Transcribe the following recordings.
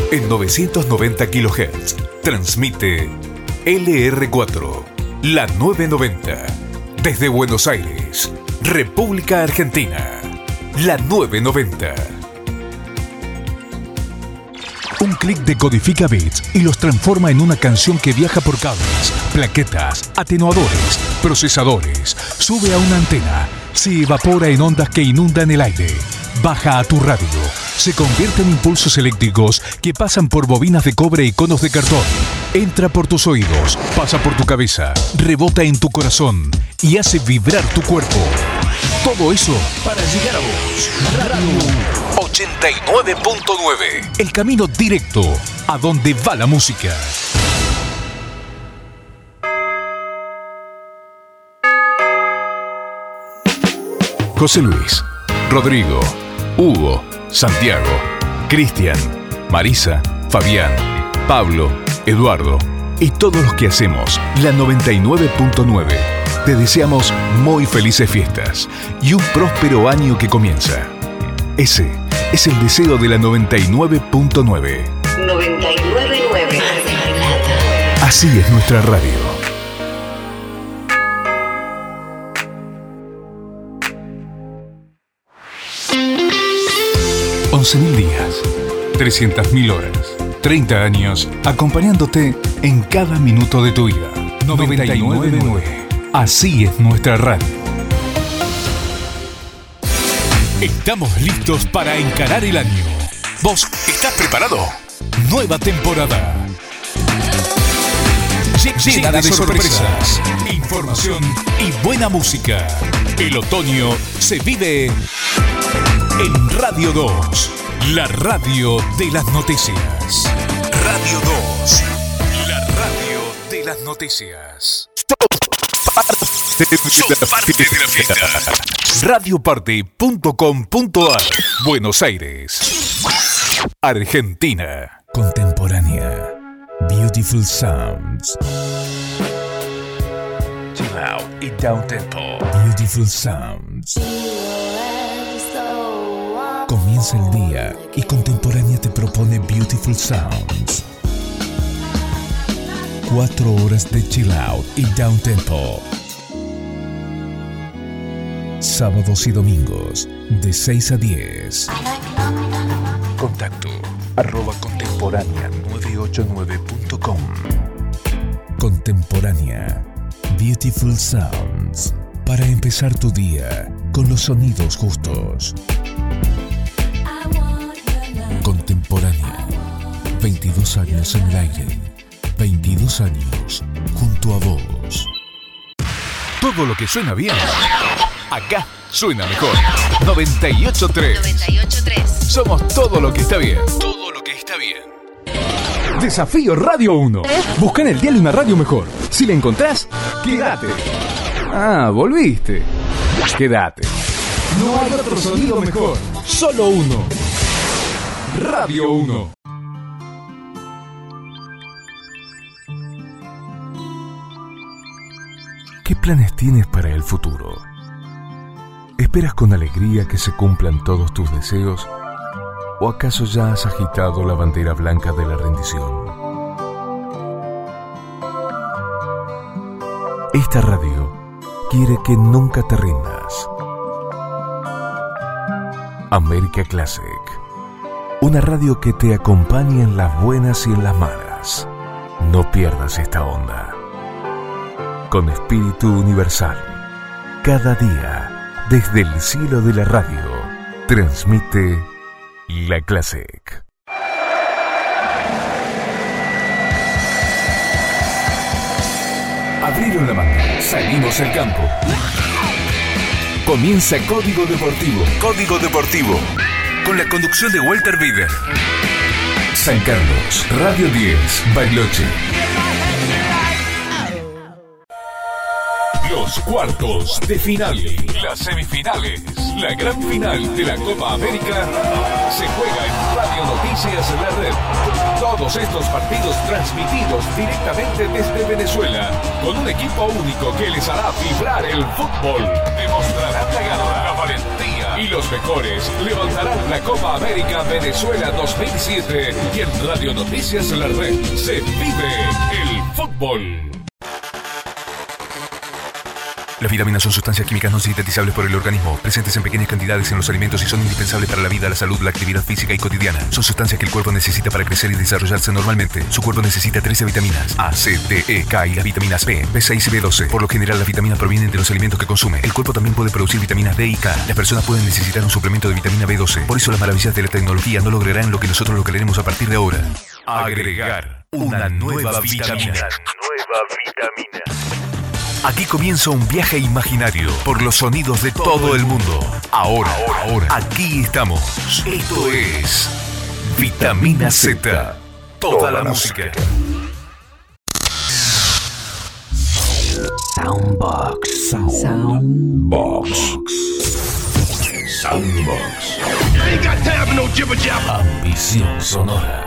En 990 kHz transmite LR4, la 990. Desde Buenos Aires, República Argentina, la 990. Un clic decodifica bits y los transforma en una canción que viaja por cables, plaquetas, atenuadores, procesadores, sube a una antena, se evapora en ondas que inundan el aire, baja a tu radio, se convierte en impulsos eléctricos que pasan por bobinas de cobre y conos de cartón, entra por tus oídos, pasa por tu cabeza, rebota en tu corazón y hace vibrar tu cuerpo. Todo eso para llegar a vos. Radio 89.9. El camino directo a donde va la música. José Luis, Rodrigo, Hugo, Santiago, Cristian, Marisa, Fabián, Pablo, Eduardo y todos los que hacemos la 99.9. Te deseamos muy felices fiestas y un próspero año que comienza. Ese es el deseo de la 99.9. 99.9. Así es nuestra radio. 11.000 días, 300.000 horas, 30 años acompañándote en cada minuto de tu vida. 99.9. Así es nuestra radio. Estamos listos para encarar el año. ¿Vos estás preparado? Nueva temporada. Llena de sorpresas, información y buena música. El otoño se vive en Radio 2, la radio de las noticias. Radio 2, la radio de las noticias. Sos parte de la fiesta. Radioparte.com.ar. Buenos Aires, Argentina. Contemporánea. Beautiful Sounds. Chill out y down tempo. Beautiful Sounds. Comienza el día y Contemporánea te propone Beautiful Sounds. 4 horas de chill out y down tempo. Sábados y domingos de 6 a 10. Contacto @contemporánea989.com. Contemporánea. Beautiful Sounds. Para empezar tu día con los sonidos justos. Contemporánea. 22 años en el aire. 22 años junto a vos. Todo lo que suena bien, acá suena mejor. 98.3. 98.3. Somos todo lo que está bien. Todo lo que está bien. Desafío Radio 1. Busca en el diario una radio mejor. Si la encontrás, quédate. Ah, volviste. Quédate. No hay otro sonido mejor. Solo uno. Radio 1. ¿Qué planes tienes para el futuro? ¿Esperas con alegría que se cumplan todos tus deseos? ¿O acaso ya has agitado la bandera blanca de la rendición? Esta radio quiere que nunca te rindas. América Classic. Una radio que te acompaña en las buenas y en las malas. No pierdas esta onda. Con espíritu universal. Cada día, desde el cielo de la radio, transmite La Classic. Abrieron la manga, salimos al campo. Comienza Código Deportivo. Código Deportivo. Con la conducción de Walter Bieder. San Carlos, Radio 10, Bariloche. Los cuartos de final, las semifinales, la gran final de la Copa América se juega en Radio Noticias La Red. Todos estos partidos transmitidos directamente desde Venezuela, con un equipo único que les hará vibrar el fútbol. Demostrarán la garra, la valentía Y los mejores levantarán la Copa América Venezuela 2007. Y en Radio Noticias La Red se vive el fútbol. Las vitaminas son sustancias químicas no sintetizables por el organismo, presentes en pequeñas cantidades en los alimentos y son indispensables para la vida, la salud, la actividad física y cotidiana. Son sustancias que el cuerpo necesita para crecer y desarrollarse normalmente. Su cuerpo necesita 13 vitaminas: A, C, D, E, K y las vitaminas B, B6 y B12. Por lo general, las vitaminas provienen de los alimentos que consume. El cuerpo también puede producir vitaminas D y K. Las personas pueden necesitar un suplemento de vitamina B12. Por eso las maravillas de la tecnología no lograrán lo que nosotros lograremos a partir de ahora. Agregar una nueva vitamina. Aquí comienza un viaje imaginario por los sonidos de todo el mundo. Ahora, aquí estamos. Esto es Vitamina Z. Toda la música. Soundbox. Ambición sonora.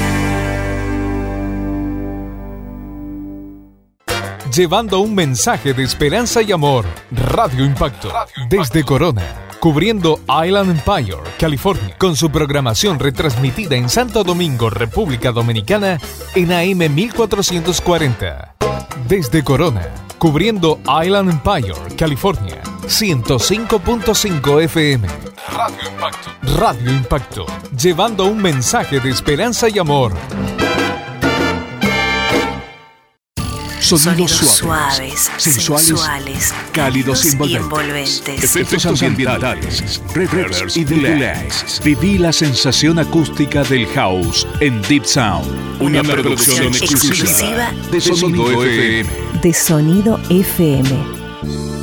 Llevando un mensaje de esperanza y amor. Radio Impacto. Desde Corona. Cubriendo Island Empire, California. Con su programación retransmitida en Santo Domingo, República Dominicana, en AM 1440. Desde Corona. Cubriendo Island Empire, California. 105.5 FM. Radio Impacto. Radio Impacto. Llevando un mensaje de esperanza y amor. Sonidos suaves, sensuales, cálidos y envolventes. Efectos ambientales, reverbs y delays. Viví la sensación acústica del house en Deep Sound. Una producción exclusiva de Sonido FM. De Sonido FM.